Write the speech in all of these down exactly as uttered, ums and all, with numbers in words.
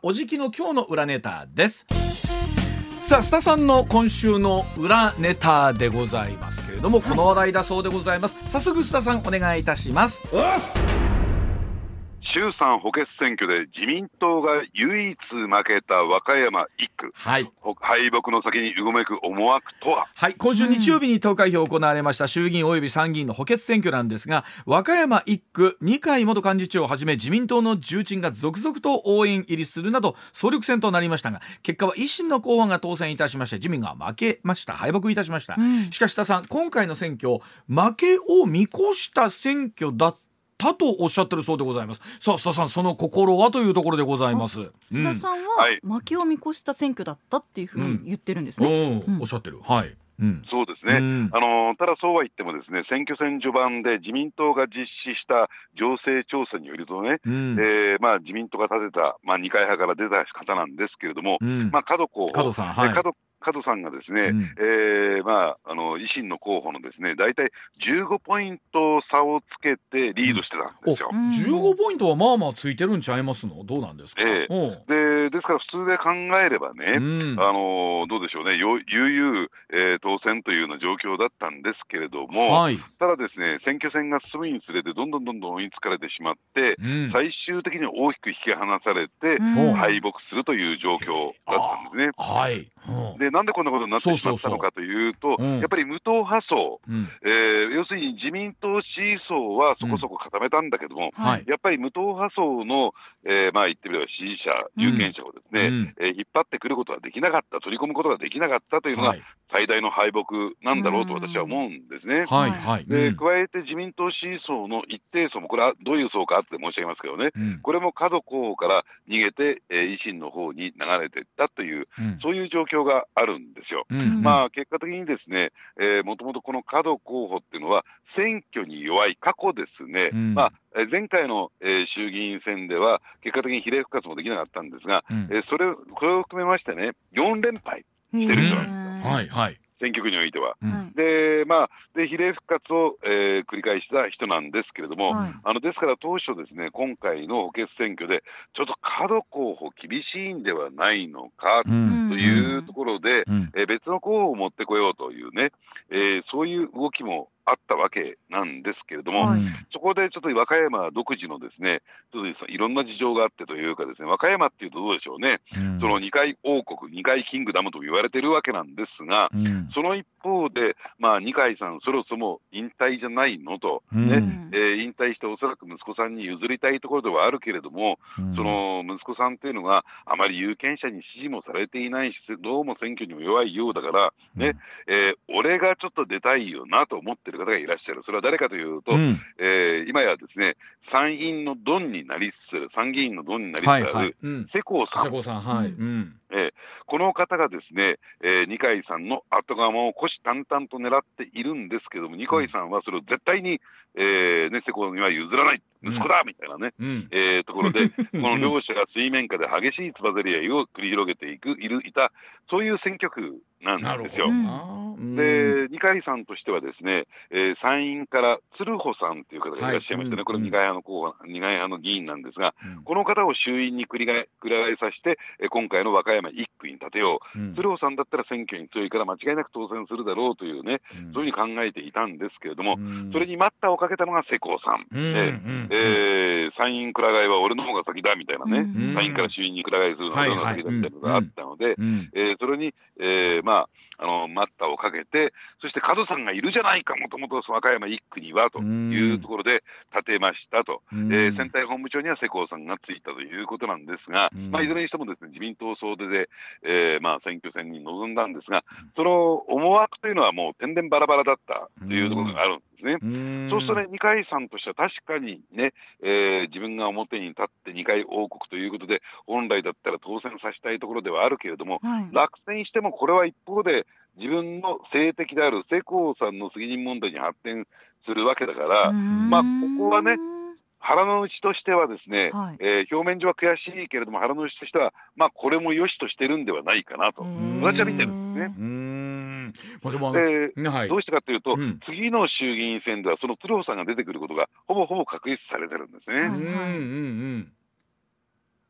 おじきの今日の裏ネタです。さあ須田さんの今週の裏ネタでございますけれども、この話題だそうでございます。早速須田さんお願いいたします。 衆参補欠選挙で自民党が唯一負けた和歌山一区、はい、敗北の先にうごめく思惑とは。 はい、今週日曜日に投開票行われました衆議院および参議院の補欠選挙なんですが、和歌山一区二階元幹事長をはじめ自民党の重鎮が続々と応援入りするなど総力戦となりましたが、結果は維新の候補が当選いたしまして自民が負けました。敗北いたしました、うん、しかし須田さん、今回の選挙負けを見越した選挙だったたとおっしゃってるそうでございます。さあ須田さん、その心はというところでございます。 須田さんは負けを見越した選挙だったっていうふうに言ってるんですね、 うんうん、おっしゃってる。はい、 うん、そうですね、うん、あのただそうは言ってもですね、選挙戦序盤で自民党が実施した情勢調査によるとね、うん、えーまあ、自民党が立てた、まあ、二階派から出た方なんですけれども、うん、まあ、角候補、 角さん、はい、 角角さんがですね、うん、えーまあ、あの維新の候補のですね、だいたいじゅうごポイント差をつけてリードしてたんですよ、 うん、じゅうごポイントはまあまあついてるんちゃいますの？どうなんですか？ えー、でですから普通で考えればね、うん、あのどうでしょうね、悠々、えー、当選というような状況だったんですけれども、はい、ただですね、選挙戦が進むにつれてどんどんどんどん追いつかれてしまって、うん、最終的に大きく引き離されて、うん、敗北するという状況だったんですね。 はい、 うん、でなんでこんなことになってしまったのかというと、そうそうそう、うん、やっぱり無党派層、うん、えー、要するに自民党支持層はそこそこ固めたんだけども、うん、やっぱり無党派層の、えーまあ、言ってみれば支持者、有権者をですね、うんえー、引っ張ってくることができなかった、取り込むことができなかったというのが最大の敗北なんだろうと私は思うんですね。 はいはい、 で加えて自民党支持層の一定層も、これはどういう層かって申し上げますけどね、うん、これも角候補から逃げて、えー、維新の方に流れていったという、うん、そういう状況があるんですよ。うん、まあ結果的にですね、えー、もともとこの角候補っていうのは選挙に弱い、過去ですね、うん、まあ、前回の、えー、衆議院選では結果的に比例復活もできなかったんですが、うんえー、それこれを含めましてね、よん連敗してる人なんですよ、はいはい、選挙区においては、うん、でまあ、で比例復活を、えー、繰り返した人なんですけれども、はい、あのですから当初ですね、今回の補欠選挙でちょっと角候補厳しいんではないのかというところで、うんえー、別の候補を持ってこようというね、えー、そういう動きもあったわけなんですけれども、はい、そこでちょっと和歌山独自のですね、ちょっといろんな事情があってというかですね、和歌山っていうとどうでしょうね、うん、その二階王国、二階キングダムと言われてるわけなんですが、うん、その一方で、まあ、二階さんそろそろ引退じゃないのと、ねうんえー、引退しておそらく息子さんに譲りたいところではあるけれども、うん、その息子さんっていうのがあまり有権者に支持もされていないし、どうも選挙にも弱いようだから、ねうんえー、俺がちょっと出たいよなと思ってる方がいらっしゃる。それは誰かというと、うんえー、今やですね、参院のドンになりつつある、参議院のドンになりつつある、はいはいうん、世耕さん、 世耕さん、はいうんえー、この方がですね、えー、二階さんの後釜を虎視眈々と狙っているんですけども、二階さんはそれを絶対に、えーね、世耕には譲らない、息子だみたいなね、うんえー、ところでこの両者が水面下で激しいつばぜり合いを繰り広げていくいるいた、そういう選挙区なんですよ。で二階さんとしてはですね、えー、参院から鶴穂さんという方がいらっしゃいましてね、はい、これ二階派の候補、二階派の議員なんですが、うん、この方を衆院に繰り返させて、えー、今回の和歌山一区に立てよう、うん、鶴穂さんだったら選挙に強いから間違いなく当選するだろうというね、うん、そういうふうに考えていたんですけれども、うん、それに待ったをかけたのが世耕さん、うんえーえー、参院くら替えは俺の方が先だみたいなね、うん、参院から衆院にくら替えするのが俺の方が先だみたいなのがあったので、うんえー、それに、えー、まああの待ったをかけて、そして角さんがいるじゃないか、もともと和歌山一区にはというところで立てましたと、えー、選対本部長には世耕さんがついたということなんですが、まあ、いずれにしてもですね、自民党総出で、えーまあ、選挙戦に臨んだんですが、その思惑というのはもう天然バラバラだったというところがあるんですね。そうするとね、二階さんとしては確かにね、えー、自分が表に立って二階王国ということで本来だったら当選させたいところではあるけれども、はい、落選してもこれは一方で自分の政敵である世耕さんの責任問題に発展するわけだから、まあここはね、腹の内としてはですね、はいえー、表面上は悔しいけれども腹の内としては、まあ、これも良しとしてるんではないかなと私は見てるんですね。うーん、まあでもえーはい、どうしてかというと、うん、次の衆議院選ではその鶴穂さんが出てくることがほぼほぼ確立されてるんですね。はいはい、うんうんうん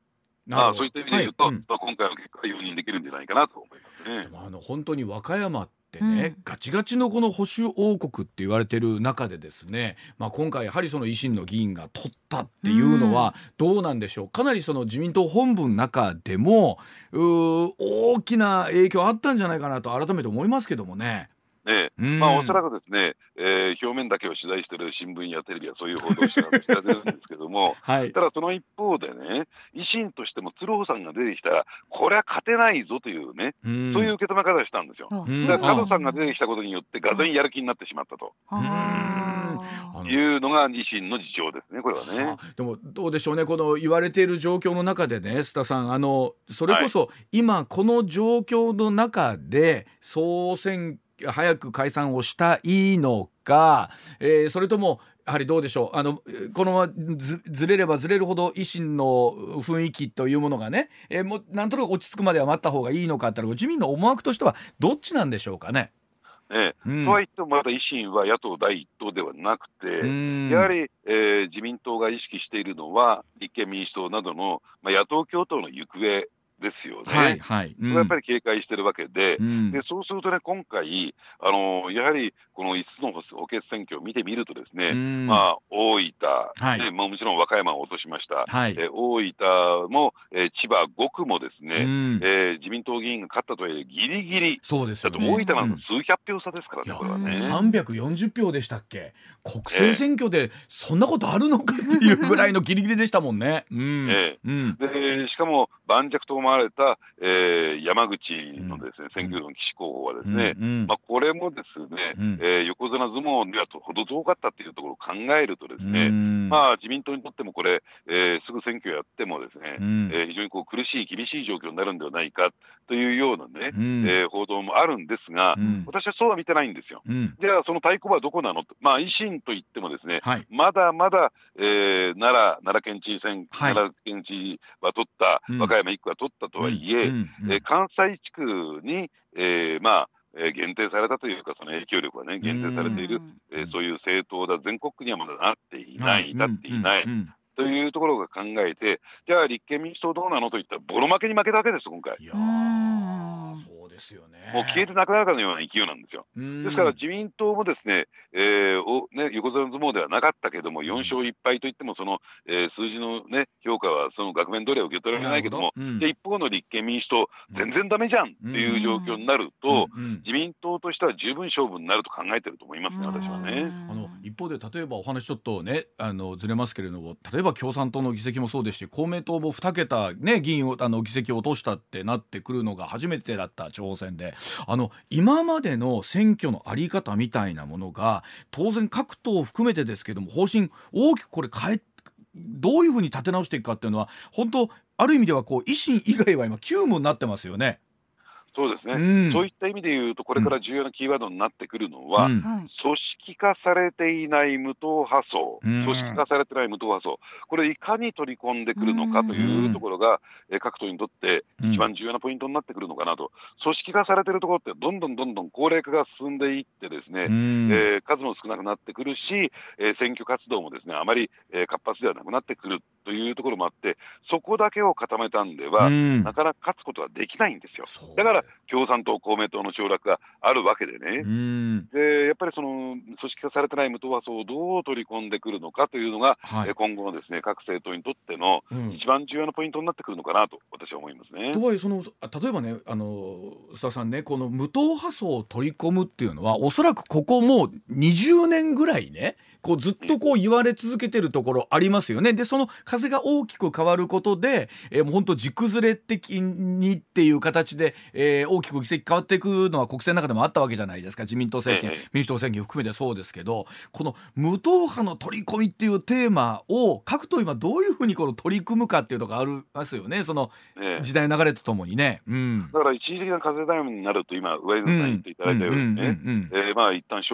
まあ、そういった意味で言うと、 はいうんまあ、今回の結果は容認できるんじゃないかなと思いますね。 でもあの本当に和歌山ってね、 うんガチガチのこの保守王国って言われてる中でですね、まあ、今回やはりその維新の議員が取ったっていうのはどうなんでしょう。かなりその自民党本部の中でもうー大きな影響あったんじゃないかなと改めて思いますけどもね。 ねえまあ、おそらくですね、えー表面だけを取材している新聞やテレビはそういう報道してるんですけども、 はい、 ただその一方でね、維新としても鶴尾さんが出てきたら、これは勝てないぞというね、 うん、 そういう受け止め方をしたんですよ。 あうんそうだからなん加藤さんが出てきたことによって、がぜんやる気になってしまったとああのいうのが維新の事情ですね、これはね。 はあでもどうでしょうね、この言われている状況の中でね、須田さん、あのそれこそ今この状況の中で総選早く解散をしたいのか、えー、それともやはりどうでしょう、あのこのまま ず, ずれればずれるほど維新の雰囲気というものがね、えー、もうなんとなく落ち着くまでは待った方がいいのかって言ったら、自民の思惑としてはどっちなんでしょうかね。 ええうん、 とはいってもまだ維新は野党第一党ではなくて、 うんやはり、えー自民党が意識しているのは立憲民主党などの、まあ、野党共闘の行方ですよね。 はいはい、うん、 それはやっぱり警戒してるわけで、 うん、 でそうするとね、今回、あのやはりこのいつつの補欠選挙を見てみるとですね、 うんまあ、大分、 はいねまあ、もちろん和歌山を落としました、 はいえー大分も、えー千葉ごくもですね、 うんえー自民党議員が勝ったとはいえ、ギリギリ、 そうですよね。 だって大分なんうんか数百票差ですからね、 いやこれはね。 さんびゃくよんじゅうひょうでしたっけ。国政選挙でそんなことあるのかっていうぐらいのギリギリでしたもんね。うんええうんでしかも盤石と思われた、えー山口のですね、 うん選挙の岸候補はですね、 うんうんまあ、これもですね、 うんえー横綱相撲にはほど遠かったっていうところを考えるとですね、 うんまあ、自民党にとってもこれ、えーすぐ選挙やってもですね、 うんえー非常にこう苦しい厳しい状況になるんではないかというようなね、 うんえー報道もあるんですが、 うん私はそうは見てないんですよ。 うんじゃあその対抗馬はどこなのと、まあ、維新といってもですね、 はいまだまだ、えー奈良、奈良県知事選、 はい奈良県知事は取った、 うん和歌山いっくは取ったとはいえ、 うんうんえー関西地区に、えーまあえー限定されたというか、その影響力がね、限定されている、えーそういう政党だ、全国区にはまだなっていない、なっていない、 うんうんというところが考えて、じゃあ立憲民主党どうなのといったら、ボロ負けに負けたわけです、今回。 いやうんそうですよね。 もう消えてなくなるかのような勢いなんですよ。 うんですから自民党もですね、えーおね、横綱相撲ではなかったけども、よんしょういっぱいといっても、その、えー数字の、ね、評価はその額面通りは受け取られないけども、 なるほどうんで一方の立憲民主党、全然ダメじゃんっていう状況になると、 うんうん自民党としては十分勝負になると考えてると思いますね、私はね。 あの一方で例えばお話ちょっとねあのずれますけれども、例えば共産党の議席もそうですし、公明党もに桁、ね、議員をあの議席を落としたってなってくるのが初めてだった地方選で、あの今までの選挙のあり方みたいなものが当然各党を含めてですけども、方針大きくこれ変えどういうふうに立て直していくかっていうのは、本当ある意味ではこう維新以外は今急務になってますよね。 そうですね、 うんそういった意味で言うと、これから重要なキーワードになってくるのは、 うんはい組織化されていない無党派層、 うん組織化されてない無党派層、これをいかに取り込んでくるのかというところが、えー各党にとって一番重要なポイントになってくるのかなと、組織化されているところって、どんどんどんどん高齢化が進んでいってですね、 うんえー数も少なくなってくるし、えー選挙活動もですねあまり、えー活発ではなくなってくるというところもあって、そこだけを固めたんでは、 うんなかなか勝つことはできないんですよ。 そうだから共産党、公明党の承諾があるわけでね、 うんでやっぱりその組織化されてない無党派層をどう取り込んでくるのかというのが、 はいえー今後のですね各政党にとってのうん一番重要なポイントになってくるのかなと私は思いますね。 とはいえその例えばね、あの須田さんね、この無党派層を取り込むっていうのはおそらくここもうにじゅうねんぐらいね、こうずっとこう言われ続けてるところありますよね。でその風が大きく変わることで、えー、もう本当地崩れ的にっていう形で、えー大きく議席変わっていくのは国政の中でもあったわけじゃないですか。自民党政権、 ええ民主党政権含めてそうですけど、この無党派の取り込みっていうテーマを各党今どういうふうにこの取り組むかっていうところありますよね、そのね時代の流れとともにね。うんだから一時的な風ダイムになると今上泉さん言っていただいたようにね、 うんうんうんうんえーまあ一旦勝利は収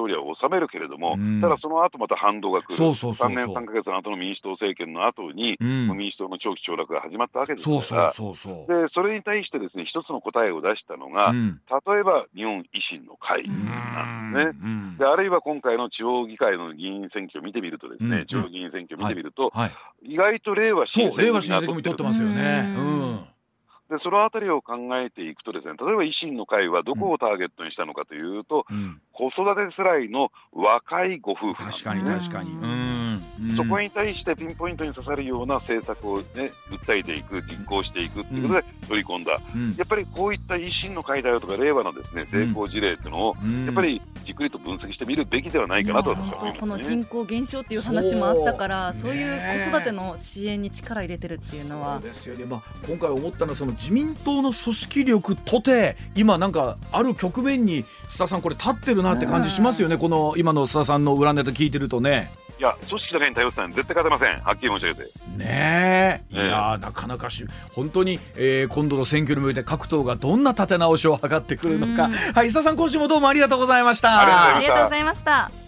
収めるけれども、うん、ただその後また反動が来る。 そうそうそうそう、 さんねんさんかげつの後の民主党政権の後に、うん、民主党の長期凋落が始まったわけですから、 そうそうそうそう、 でそれに対してですね、一つの答えを出したのが、うん、例えば日本維新の会なんですね、うん、であるいは今回の地方議会の議員選挙を見てみるとですね、うん、地方議員選挙を見てみると、はいはい、意外と令和新選組に取ってますよね。うん、 でそのあたりを考えていくとですね、例えば維新の会はどこをターゲットにしたのかというと、うん、子育て世代の若いご夫婦なんです。 確かに確かに、うんうん、そこに対してピンポイントに刺さるような政策を、ね、訴えていく、実行していくということで取り込んだ、うん、やっぱりこういった維新の会だよとか令和のですね成功事例というのを、うん、やっぱりじっくりと分析してみるべきではないかなと私は思いますね。 この人口減少っていう話もあったから、そういう子育ての支援に力入れてるっていうのは、 そうですよね。まあ、今回思ったのはその自民党の組織力とて今なんかある局面に須田さんこれ立ってるなって感じしますよね、この今の須田さんの裏ネタ聞いてるとね。 いや、組織だけに頼ってたら絶対勝てません、はっきり申し上げてねえ。いや、なかなかし本当に、えー、今度の選挙に向けて各党がどんな立て直しを図ってくるのか。はい、須田さん、今週もどうもありがとうございました。 ありがとうございました。